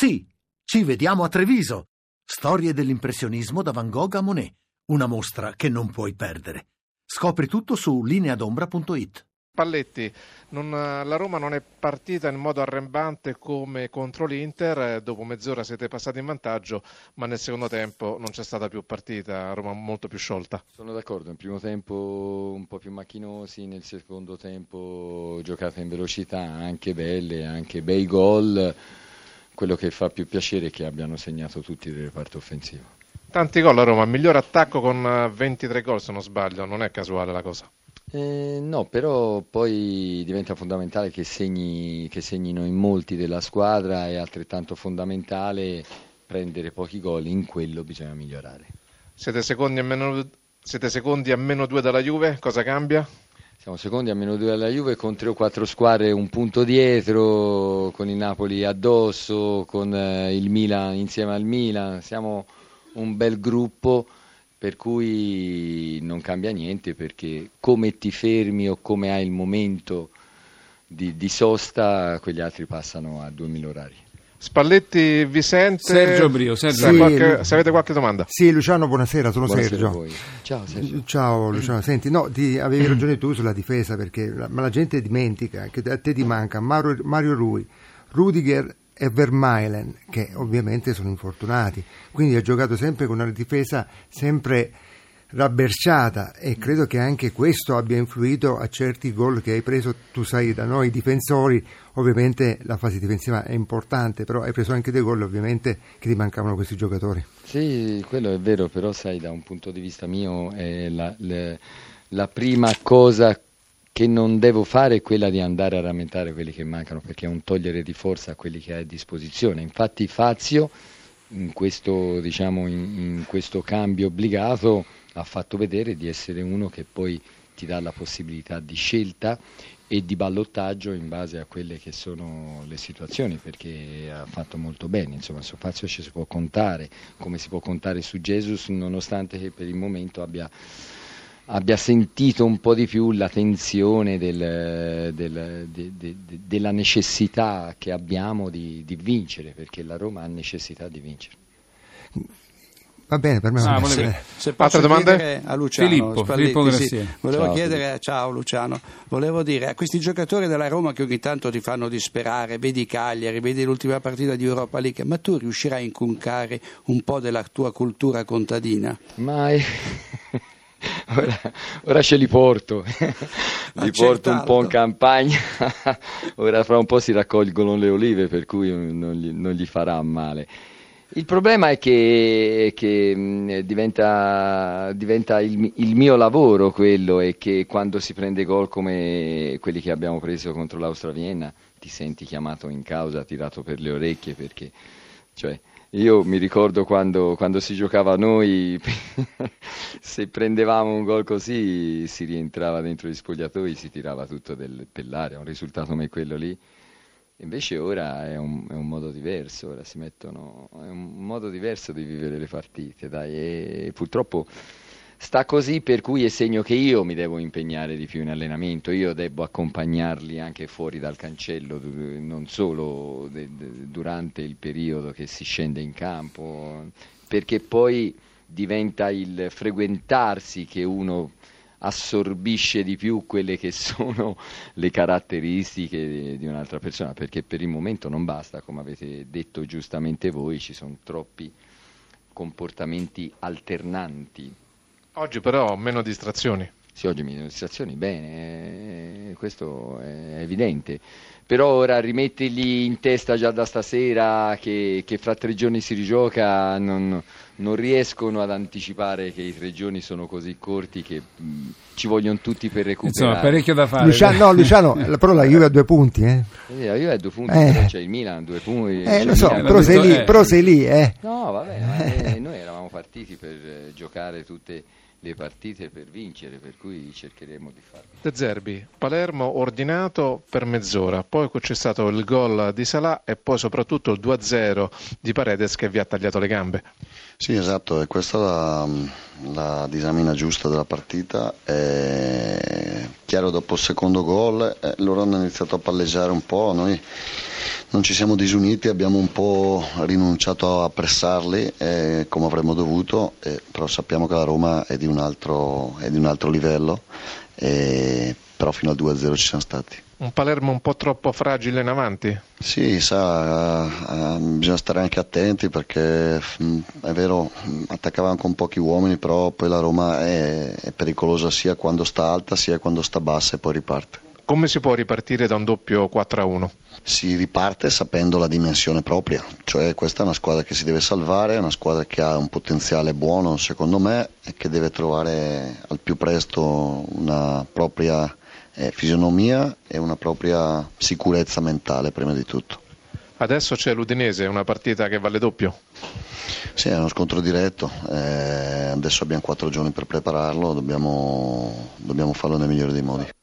Sì, ci vediamo a Treviso. Storie dell'impressionismo da Van Gogh a Monet. Una mostra che non puoi perdere. Scopri tutto su lineadombra.it. Spalletti, la Roma non è partita in modo arrembante come contro l'Inter, dopo mezz'ora siete passati in vantaggio, ma nel secondo tempo non c'è stata più partita, Roma molto più sciolta. Sono d'accordo, nel primo tempo un po' più macchinosi, nel secondo tempo giocate in velocità, anche belle, anche bei gol. Quello che fa più piacere è che abbiano segnato tutti del reparto offensivo. Tanti gol a Roma, miglior attacco con 23 gol se non sbaglio, non è casuale la cosa. No, però poi diventa fondamentale che segnino in molti della squadra, è altrettanto fondamentale prendere pochi gol, in quello bisogna migliorare. Siete secondi a meno 2 dalla Juve, cosa cambia? Siamo secondi a meno 2 dalla Juve con 3 o 4 squadre un punto dietro, con il Napoli addosso, con il Milan insieme al Milan, siamo un bel gruppo. Per cui non cambia niente, perché come ti fermi o come hai il momento di sosta, quegli altri passano a 2000 orari. Spalletti vi sente? Sergio Brio, se avete qualche domanda. Sì, Luciano, buonasera, sono Buonasera Sergio. A voi. Ciao Sergio. Ciao Luciano, senti, no, avevi ragione tu sulla difesa, perché ma la gente dimentica che a te ti manca Mario Rui, Rudiger e Vermaelen, che ovviamente sono infortunati, quindi ha giocato sempre con una difesa sempre rabberciata, e credo che anche questo abbia influito a certi gol che hai preso. Tu sai, da noi difensori ovviamente la fase difensiva è importante, però hai preso anche dei gol ovviamente che ti mancavano questi giocatori. Sì, quello è vero, però sai, da un punto di vista mio la prima cosa che non devo fare è quella di andare a rammentare quelli che mancano, perché è un togliere di forza a quelli che hai a disposizione. Infatti Fazio in questo, in questo cambio obbligato ha fatto vedere di essere uno che poi ti dà la possibilità di scelta e di ballottaggio in base a quelle che sono le situazioni, perché ha fatto molto bene. Insomma, su Fazio ci si può contare, come si può contare su Jesus, nonostante che per il momento abbia sentito un po' di più la tensione della necessità che abbiamo di vincere, perché la Roma ha necessità di vincere. Va bene, per me va bene. Se posso chiedere a Luciano Filippo sì. Volevo chiedere, ciao Luciano, volevo dire a questi giocatori della Roma che ogni tanto ti fanno disperare, vedi Cagliari, vedi l'ultima partita di Europa League, ma tu riuscirai a inculcare un po' della tua cultura contadina? Mai. Ora ce li porto, porto un po' in campagna, ora fra un po' si raccolgono le olive, per cui non gli farà male. Il problema è che diventa il mio lavoro quello, e che quando si prende gol come quelli che abbiamo preso contro l'Austria Vienna ti senti chiamato in causa, tirato per le orecchie, perché io mi ricordo quando si giocava a noi, se prendevamo un gol così si rientrava dentro gli spogliatoi, si tirava tutto per l'aria, un risultato come quello lì. Invece ora è un modo diverso, è un modo diverso di vivere le partite, dai, e purtroppo sta così, per cui è segno che io mi devo impegnare di più in allenamento, io devo accompagnarli anche fuori dal cancello, non solo durante il periodo che si scende in campo, perché poi diventa il frequentarsi che uno assorbisce di più quelle che sono le caratteristiche di un'altra persona, perché per il momento non basta, come avete detto giustamente voi, ci sono troppi comportamenti alternanti. Oggi però meno distrazioni. Sì, oggi meno distrazioni, bene, questo è evidente. Però ora rimettergli in testa già da stasera che fra 3 giorni si rigioca, non riescono ad anticipare che i 3 giorni sono così corti che ci vogliono tutti per recuperare. Insomma, parecchio da fare. Luciano, però la Juve ha 2 punti. La Juve ha 2 punti, però c'è il Milan, 2 punti. Lo so, però sei lì. No, vabbè, noi eravamo partiti per giocare tutte le partite per vincere, per cui cercheremo di farlo. De Zerbi, Palermo ordinato per mezz'ora, poi c'è stato il gol di Salah e poi soprattutto il 2-0 di Paredes che vi ha tagliato le gambe. Sì, esatto, e questa è la disamina giusta della partita. È chiaro, dopo il secondo gol loro hanno iniziato a palleggiare un po', noi non ci siamo disuniti, abbiamo un po' rinunciato a pressarli come avremmo dovuto, però sappiamo che la Roma è di un altro livello, però fino al 2-0 ci siamo stati. Un Palermo un po' troppo fragile in avanti? Sì, bisogna stare anche attenti perché è vero, attaccavano con pochi uomini, però poi la Roma è pericolosa sia quando sta alta sia quando sta bassa e poi riparte. Come si può ripartire da un doppio 4-1? Si riparte sapendo la dimensione propria, cioè questa è una squadra che si deve salvare, è una squadra che ha un potenziale buono secondo me e che deve trovare al più presto una propria fisionomia e una propria sicurezza mentale prima di tutto. Adesso c'è l'Udinese, una partita che vale doppio? Sì, è uno scontro diretto, adesso abbiamo 4 giorni per prepararlo, dobbiamo farlo nel migliore dei modi.